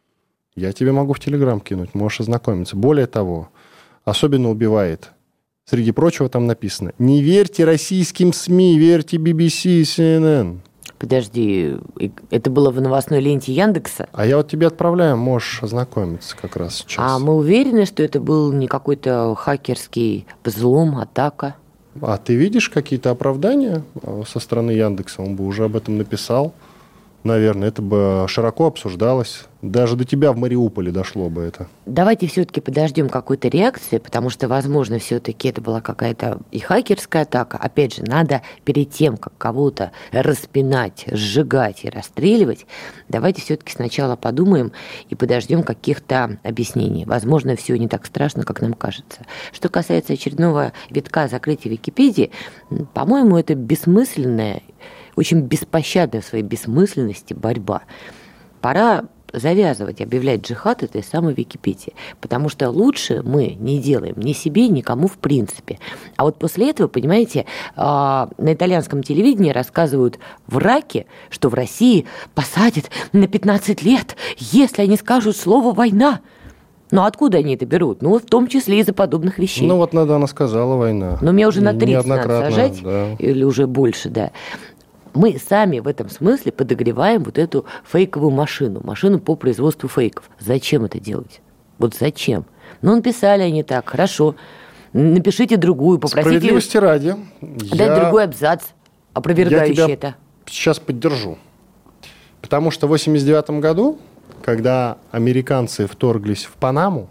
Speaker 2: Я тебе могу в Телеграм кинуть, можешь ознакомиться. Более того, особенно убивает. Среди прочего там написано: не верьте российским СМИ, верьте BBC и CNN.
Speaker 3: Подожди, это было в новостной ленте Яндекса?
Speaker 2: А я вот тебе отправляю, можешь ознакомиться как раз сейчас.
Speaker 3: А мы уверены, что это был не какой-то хакерский взлом, атака?
Speaker 2: А ты видишь какие-то оправдания со стороны Яндекса? Он бы уже об этом написал. Наверное, это бы широко обсуждалось. Даже до тебя в Мариуполе дошло бы это. Давайте
Speaker 3: все-таки подождем какой-то реакции, потому что, возможно, все-таки это была какая-то и хакерская атака. Опять же, надо перед тем, как кого-то распинать, сжигать и расстреливать, давайте все-таки сначала подумаем и подождем каких-то объяснений. Возможно, все не так страшно, как нам кажется. Что касается очередного витка закрытия Википедии, по-моему, это бессмысленная, очень беспощадная в своей бессмысленности борьба. Пора завязывать, объявлять джихад этой самой Википедии, потому что лучше мы не делаем ни себе, никому в принципе. А вот после этого, понимаете, на итальянском телевидении рассказывают в Ираке, что в России посадят на 15 лет, если они скажут слово «война». Ну, откуда они это берут? Ну, в том числе из-за подобных вещей.
Speaker 2: Ну, вот она сказала «война».
Speaker 3: Но меня уже на 30 надо сажать, да. Или уже больше, да. Мы сами в этом смысле подогреваем вот эту фейковую машину по производству фейков. Зачем это делать? Вот зачем? Ну, написали они так, хорошо. Напишите другую, попросите...
Speaker 2: Справедливости ради.
Speaker 3: Дать другой абзац, опровергающий это.
Speaker 2: Сейчас поддержу. Потому что в 1989 году, когда американцы вторглись в Панаму,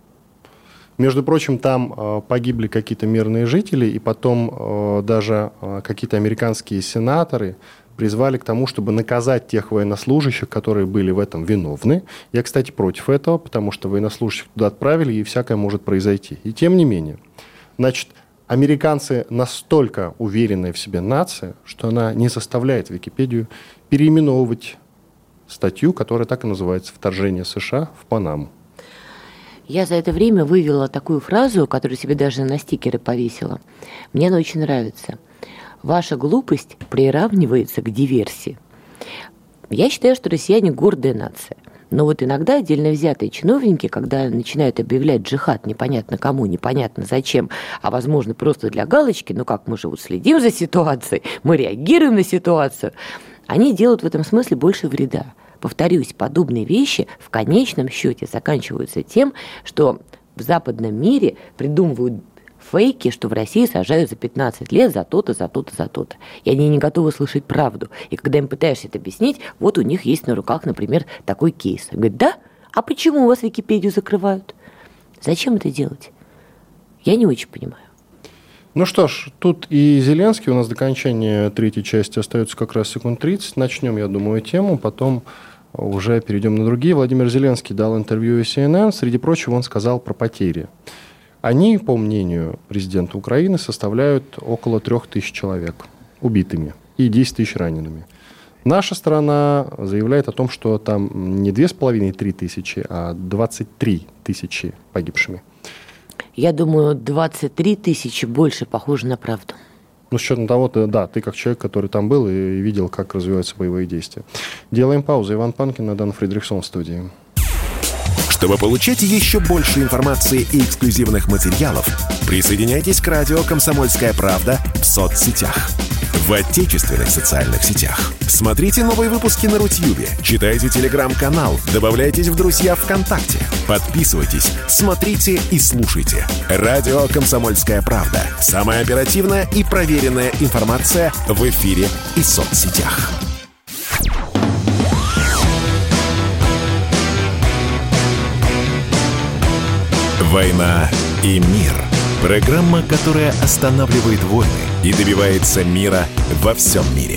Speaker 2: между прочим, там погибли какие-то мирные жители, и потом даже какие-то американские сенаторы призвали к тому, чтобы наказать тех военнослужащих, которые были в этом виновны. Я, кстати, против этого, потому что военнослужащих туда отправили, и всякое может произойти. И тем не менее, значит, американцы настолько уверенная в себе нация, что она не заставляет Википедию переименовывать статью, которая так и называется «Вторжение США в Панаму».
Speaker 3: Я за это время вывела такую фразу, которую себе даже на стикеры повесила. Мне она очень нравится. Ваша глупость приравнивается к диверсии. Я считаю, что россияне гордая нация. Но вот иногда отдельно взятые чиновники, когда начинают объявлять джихад непонятно кому, непонятно зачем, а возможно просто для галочки, ну как мы же вот следим за ситуацией, мы реагируем на ситуацию, они делают в этом смысле больше вреда. Повторюсь, подобные вещи в конечном счете заканчиваются тем, что в западном мире придумывают фейки, что в России сажают за 15 лет за то-то, за то-то, за то-то. И они не готовы слышать правду. И когда им пытаешься это объяснить, вот у них есть на руках, например, такой кейс. Говорят, да? А почему у вас Википедию закрывают? Зачем это делать? Я не очень понимаю.
Speaker 2: Ну что ж, тут и Зеленский, у нас до окончания третьей части остается как раз секунд 30. Начнем, я думаю, тему, потом уже перейдем на другие. Владимир Зеленский дал интервью CNN. Среди прочего, он сказал про потери. Они, по мнению президента Украины, составляют около 3000 человек убитыми и 10 тысяч ранеными. Наша страна заявляет о том, что там не 2500-3 тысячи, а 23 тысячи погибшими.
Speaker 3: Я думаю, 23 тысячи больше похоже на правду.
Speaker 2: Ну, с учетом того, да, ты как человек, который там был и видел, как развиваются боевые действия. Делаем паузу. Иван Панкин, Надана Фридрихсон в студии.
Speaker 1: Чтобы получать еще больше информации и эксклюзивных материалов, присоединяйтесь к радио «Комсомольская правда» в соцсетях. в отечественных социальных сетях. Смотрите новые выпуски на Рутьюбе, читайте телеграм-канал, добавляйтесь в друзья ВКонтакте, подписывайтесь, смотрите и слушайте. Радио «Комсомольская правда». Самая оперативная и проверенная информация в эфире и соцсетях. «Война и мир». Программа, которая останавливает войны и добивается мира во всем мире.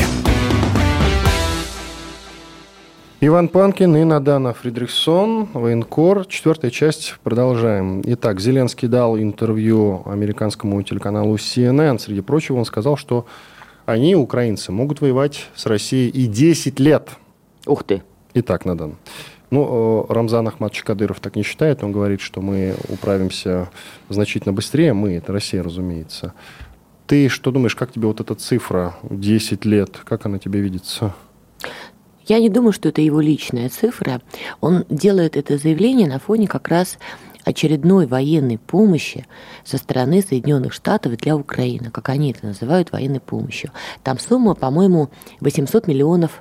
Speaker 2: Иван Панкин и Надана Фридрихсон, военкор. 4-я часть. Продолжаем. Итак, Зеленский дал интервью американскому телеканалу CNN. Среди прочего, он сказал, что они, украинцы, могут воевать с Россией и 10 лет.
Speaker 3: Ух ты!
Speaker 2: Итак, Надан. Ну, Рамзан Ахматович Кадыров так не считает. Он говорит, что мы управимся значительно быстрее. Мы, это Россия, разумеется. Ты что думаешь, как тебе вот эта цифра 10 лет, как она тебе видится?
Speaker 3: Я не думаю, что это его личная цифра. Он делает это заявление на фоне как раз очередной военной помощи со стороны Соединенных Штатов для Украины, как они это называют, военной помощью. Там сумма, по-моему, $800 миллионов.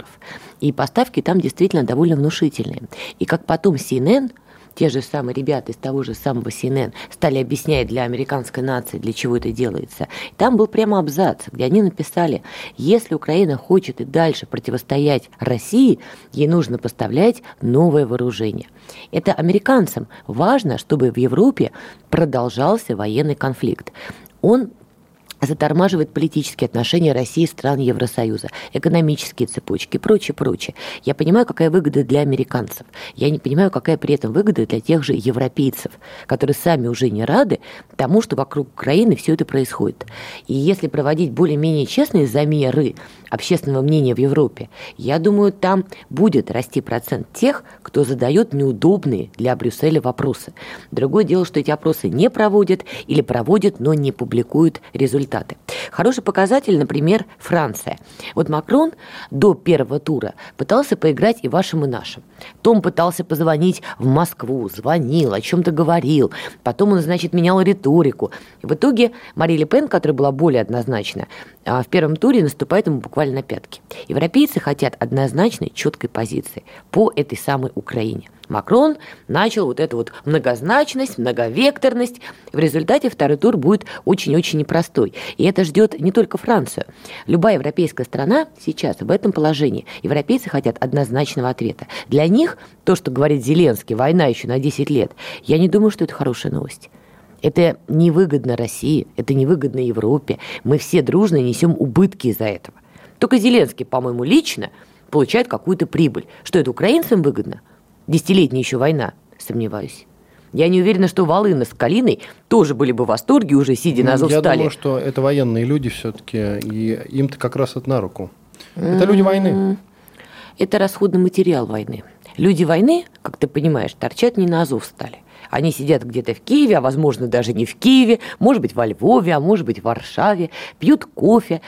Speaker 3: И поставки там действительно довольно внушительные. И как потом CNN, те же самые ребята из того же самого CNN, стали объяснять для американской нации, для чего это делается. Там был прямо абзац, где они написали, если Украина хочет и дальше противостоять России, ей нужно поставлять новое вооружение. Это американцам важно, чтобы в Европе продолжался военный конфликт. Он затормаживает политические отношения России и стран Евросоюза, экономические цепочки, прочее. Я понимаю, какая выгода для американцев. Я не понимаю, какая при этом выгода для тех же европейцев, которые сами уже не рады тому, что вокруг Украины все это происходит. И если проводить более-менее честные замеры общественного мнения в Европе, я думаю, там будет расти процент тех, кто задает неудобные для Брюсселя вопросы. Другое дело, что эти опросы не проводят или проводят, но не публикуют результаты. Хороший показатель, например, Франция. Вот Макрон до первого тура пытался поиграть и вашим, и нашим. Том пытался позвонить в Москву, звонил, о чем-то говорил. Потом он, менял риторику. И в итоге Мари Ле Пен, которая была более однозначна, в первом туре наступает ему буквально на пятки. Европейцы хотят однозначной, четкой позиции по этой самой Украине. Макрон начал вот эту вот многозначность, многовекторность. В результате второй тур будет очень-очень непростой. И это ждет не только Францию. Любая европейская страна сейчас в этом положении. Европейцы хотят однозначного ответа. Для них то, что говорит Зеленский, война еще на 10 лет, я не думаю, что это хорошая новость. Это невыгодно России, это невыгодно Европе. Мы все дружно несем убытки из-за этого. Только Зеленский, по-моему, лично получает какую-то прибыль. Что это украинцам выгодно? Десятилетняя еще война, сомневаюсь. Я не уверена, что Волына с Калиной тоже были бы в восторге, уже сидя на Азовстали.
Speaker 2: Я думаю, что это военные люди все-таки, и им-то как раз это на руку. Это люди войны.
Speaker 3: Это расходный материал войны. Люди войны, как ты понимаешь, торчат не на Азовстали. Они сидят где-то в Киеве, а возможно даже не в Киеве, может быть во Львове, а может быть в Варшаве, пьют кофе,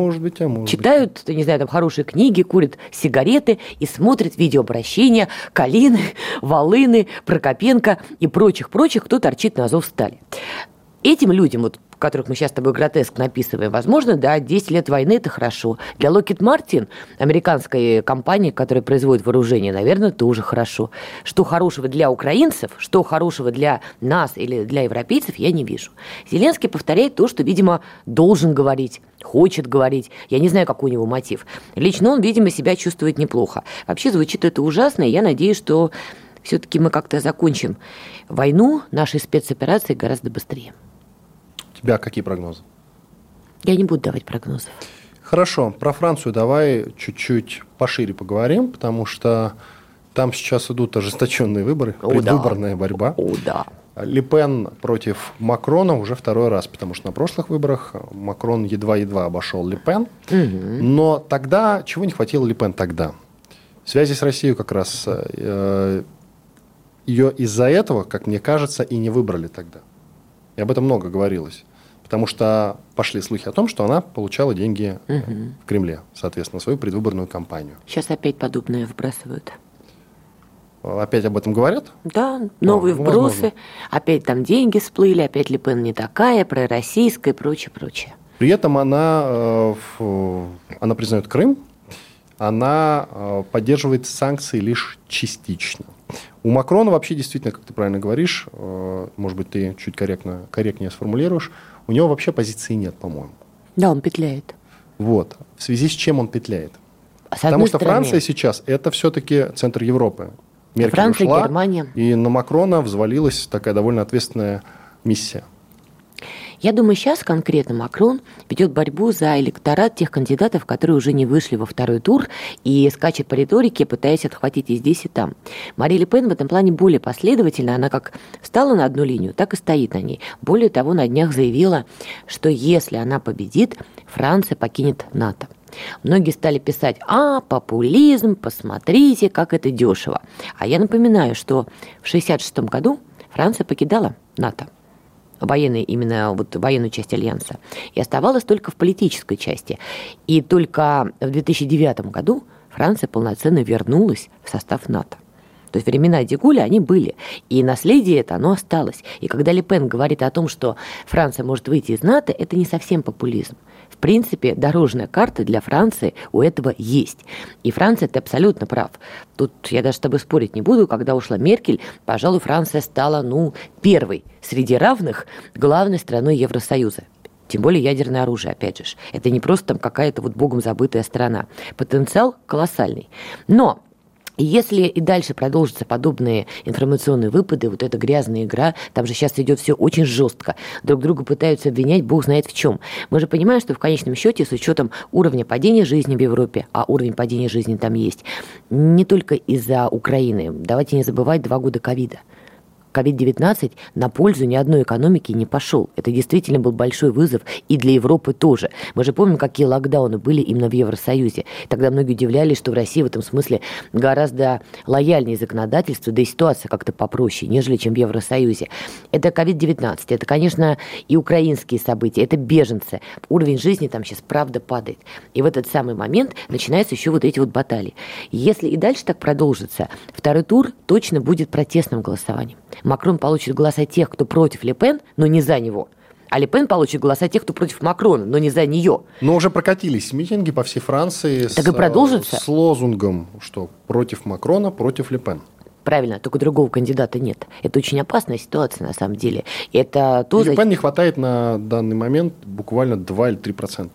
Speaker 3: читают, не знаю, там хорошие книги, курят сигареты и смотрят видеообращения Калины, Волыны, Прокопенко и прочих, кто торчит на Азовстали. Этим людям, вот, которых мы сейчас с тобой гротеск написываем, возможно, да, 10 лет войны – это хорошо. Для Lockheed Martin, американской компании, которая производит вооружение, наверное, тоже хорошо. Что хорошего для украинцев, что хорошего для нас или для европейцев, я не вижу. Зеленский повторяет то, что, видимо, должен говорить, хочет говорить. Я не знаю, какой у него мотив. Лично он, видимо, себя чувствует неплохо. Вообще звучит это ужасно, и я надеюсь, что все-таки мы как-то закончим войну нашей спецоперации гораздо быстрее.
Speaker 2: У тебя какие прогнозы?
Speaker 3: Я не буду давать прогнозов.
Speaker 2: Хорошо, про Францию давай чуть-чуть пошире поговорим, потому что там сейчас идут ожесточенные выборы, предвыборная борьба. Ле Пен против Макрона уже второй раз, потому что на прошлых выборах Макрон едва-едва обошел Ле Пен. Но тогда, чего не хватило Ле Пен тогда? Связи с Россией как раз ее из-за этого, как мне кажется, и не выбрали тогда. И об этом много говорилось. Потому что пошли слухи о том, что она получала деньги в Кремле, соответственно, свою предвыборную кампанию.
Speaker 3: Сейчас опять подобное вбрасывают.
Speaker 2: Опять об этом говорят?
Speaker 3: Да, новые вбросы. Возможно. Опять там деньги всплыли, опять Ле Пен не такая, пророссийская и прочее.
Speaker 2: При этом она признает Крым, она поддерживает санкции лишь частично. У Макрона вообще действительно, как ты правильно говоришь, может быть, ты чуть корректнее сформулируешь, у него вообще позиции нет, по-моему.
Speaker 3: Да, он петляет.
Speaker 2: Вот. В связи с чем он петляет?
Speaker 3: С
Speaker 2: Потому что
Speaker 3: стороны,
Speaker 2: Франция сейчас это все-таки центр Европы. Меркель
Speaker 3: Франция,
Speaker 2: ушла,
Speaker 3: Германия.
Speaker 2: и на Макрона взвалилась такая довольно ответственная миссия.
Speaker 3: Я думаю, сейчас конкретно Макрон ведет борьбу за электорат тех кандидатов, которые уже не вышли во второй тур и скачет по риторике, пытаясь отхватить и здесь, и там. Марин Ле Пен в этом плане более последовательна. Она как встала на одну линию, так и стоит на ней. Более того, на днях заявила, что если она победит, Франция покинет НАТО. Многие стали писать: популизм, посмотрите, как это дешево. А я напоминаю, что в 1966 году Франция покидала НАТО. Военную часть Альянса, и оставалась только в политической части. И только в 2009 году Франция полноценно вернулась в состав НАТО. То есть времена де Голля, они были. И наследие это, оно осталось. И когда Ле Пен говорит о том, что Франция может выйти из НАТО, это не совсем популизм. В принципе, дорожная карта для Франции у этого есть. И Франция, ты абсолютно прав. Тут я даже с тобой спорить не буду. Когда ушла Меркель, пожалуй, Франция стала, первой среди равных главной страной Евросоюза. Тем более ядерное оружие, опять же. Это не просто там какая-то богом забытая страна. Потенциал колоссальный. Но если и дальше продолжатся подобные информационные выпады, эта грязная игра, там же сейчас идет все очень жестко, друг друга пытаются обвинять, бог знает в чем. Мы же понимаем, что в конечном счете, с учетом уровня падения жизни в Европе, а уровень падения жизни там есть, не только из-за Украины, давайте не забывать 2 года ковида. COVID-19 на пользу ни одной экономики не пошел. Это действительно был большой вызов и для Европы тоже. Мы же помним, какие локдауны были именно в Евросоюзе. Тогда многие удивлялись, что в России в этом смысле гораздо лояльнее законодательство, да и ситуация как-то попроще, нежели чем в Евросоюзе. Это COVID-19, это, конечно, и украинские события, это беженцы. Уровень жизни там сейчас правда падает. И в этот самый момент начинаются еще эти баталии. Если и дальше так продолжится, второй тур точно будет протестным голосованием. Макрон получит голоса тех, кто против Ле Пен, но не за него. А Ле Пен получит голоса тех, кто против Макрона, но не за нее.
Speaker 2: Но уже прокатились митинги по всей Франции
Speaker 3: так и продолжится.
Speaker 2: С лозунгом, что против Макрона, против Ле Пен.
Speaker 3: Правильно, только другого кандидата нет. Это очень опасная ситуация на самом деле. Это
Speaker 2: Ле Пен не хватает на данный момент буквально 2 или 3%.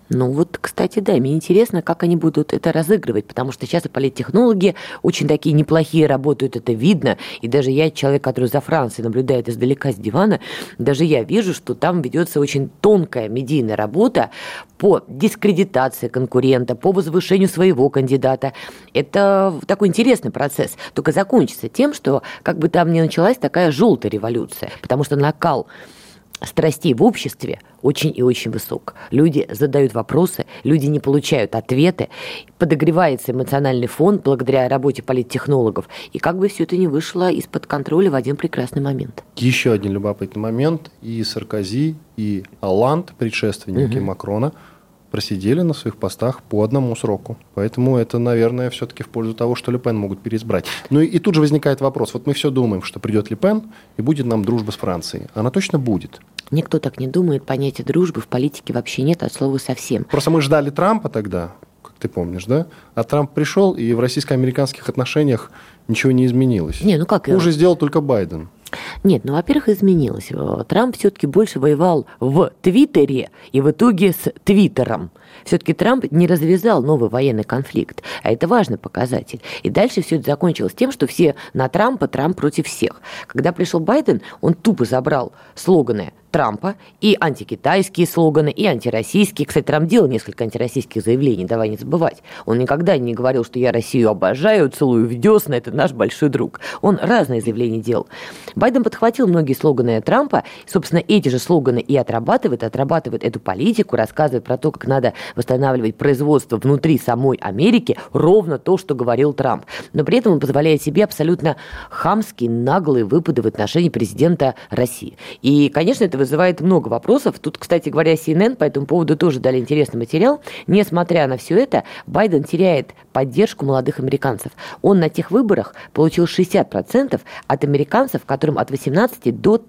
Speaker 3: Кстати, да, мне интересно, как они будут это разыгрывать, потому что сейчас и политтехнологи очень такие неплохие работают, это видно, и даже я, человек, который за Францией наблюдает издалека с дивана, даже я вижу, что там ведется очень тонкая медийная работа по дискредитации конкурента, по возвышению своего кандидата. Это такой интересный процесс, только закончится тем, что как бы там ни началась такая желтая революция, потому что накал страстей в обществе очень и очень высок. Люди задают вопросы, люди не получают ответы, подогревается эмоциональный фон благодаря работе политтехнологов. И как бы все это не вышло из-под контроля в один прекрасный момент.
Speaker 2: Еще один любопытный момент. И Саркози, и Олланд, предшественники Макрона, просидели на своих постах по одному сроку. Поэтому это, наверное, все-таки в пользу того, что Ле Пен могут переизбрать. И тут же возникает вопрос. Мы все думаем, что придет Ле Пен и будет нам дружба с Францией. Она точно будет.
Speaker 3: Никто так не думает. Понятия дружбы в политике вообще нет от слова совсем.
Speaker 2: Просто мы ждали Трампа тогда, как ты помнишь, да? А Трамп пришел, и в российско-американских отношениях ничего не изменилось. Хуже сделал только Байден.
Speaker 3: Нет, во-первых, изменилось. Трамп все-таки больше воевал в Твиттере и в итоге с Твиттером. Все-таки Трамп не развязал новый военный конфликт, а это важный показатель. И дальше все это закончилось тем, что все на Трампа, Трамп против всех. Когда пришел Байден, он тупо забрал слоганы Трампа, и антикитайские слоганы, и антироссийские. Кстати, Трамп делал несколько антироссийских заявлений, давай не забывать. Он никогда не говорил, что я Россию обожаю, целую в десна, это наш большой друг. Он разные заявления делал. Байден подхватил многие слоганы Трампа, собственно, эти же слоганы и отрабатывает эту политику, рассказывает про то, как надо восстанавливать производство внутри самой Америки, ровно то, что говорил Трамп. Но при этом он позволяет себе абсолютно хамские, наглые выпады в отношении президента России. И, конечно, это вызывает много вопросов. Тут, кстати говоря, CNN по этому поводу тоже дали интересный материал. Несмотря на все это, Байден теряет поддержку молодых американцев. Он на тех выборах получил 60% от американцев, которым от 18 до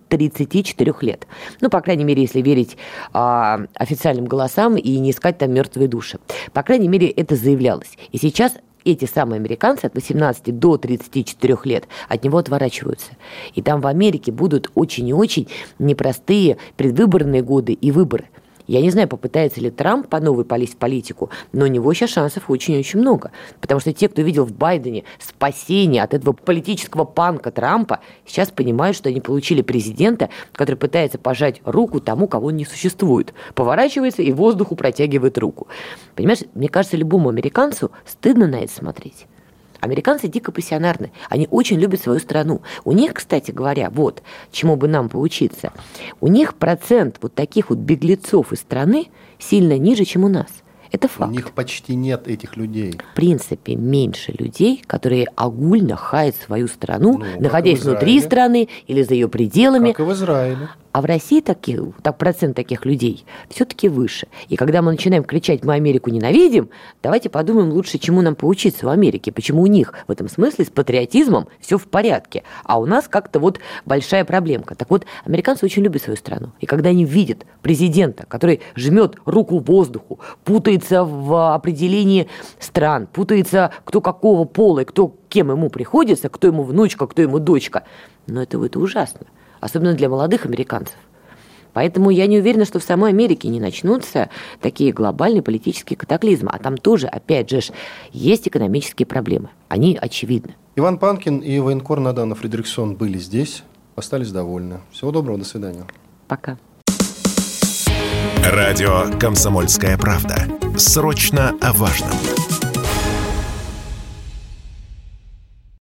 Speaker 3: 34 лет. Ну, по крайней мере, если верить официальным голосам и не искать там мертвые души. По крайней мере, это заявлялось. И сейчас эти самые американцы от 18 до 34 лет от него отворачиваются. И там в Америке будут очень и очень непростые предвыборные годы и выборы. Я не знаю, попытается ли Трамп по новой полезть в политику, но у него сейчас шансов очень-очень много. Потому что те, кто видел в Байдене спасение от этого политического панка Трампа, сейчас понимают, что они получили президента, который пытается пожать руку тому, кого не существует. Поворачивается и воздуху протягивает руку. Понимаешь, мне кажется, любому американцу стыдно на это смотреть. Американцы дико пассионарны, они очень любят свою страну. У них, кстати говоря, вот, чему бы нам поучиться, у них процент вот таких вот беглецов из страны сильно ниже, чем у нас. Это факт.
Speaker 2: У них почти нет этих людей.
Speaker 3: В принципе, меньше людей, которые огульно хаят свою страну, находясь внутри страны или за ее пределами.
Speaker 2: Как и в Израиле.
Speaker 3: А в России процент таких людей все-таки выше. И когда мы начинаем кричать «мы Америку ненавидим», давайте подумаем лучше, чему нам поучиться в Америке. Почему у них в этом смысле с патриотизмом все в порядке, а у нас как-то вот большая проблемка. Так вот, американцы очень любят свою страну. И когда они видят президента, который жмет руку воздуху, путается в определении стран, путается кто какого пола и кто кем ему приходится, кто ему внучка, кто ему дочка, но это ужасно. Особенно для молодых американцев. Поэтому я не уверена, что в самой Америке не начнутся такие глобальные политические катаклизмы. А там тоже, опять же, есть экономические проблемы. Они очевидны.
Speaker 2: Иван Панкин и военкор Надана Фридриксон были здесь, остались довольны. Всего доброго, до свидания.
Speaker 3: Пока.
Speaker 1: Радио «Комсомольская правда». Срочно о важном.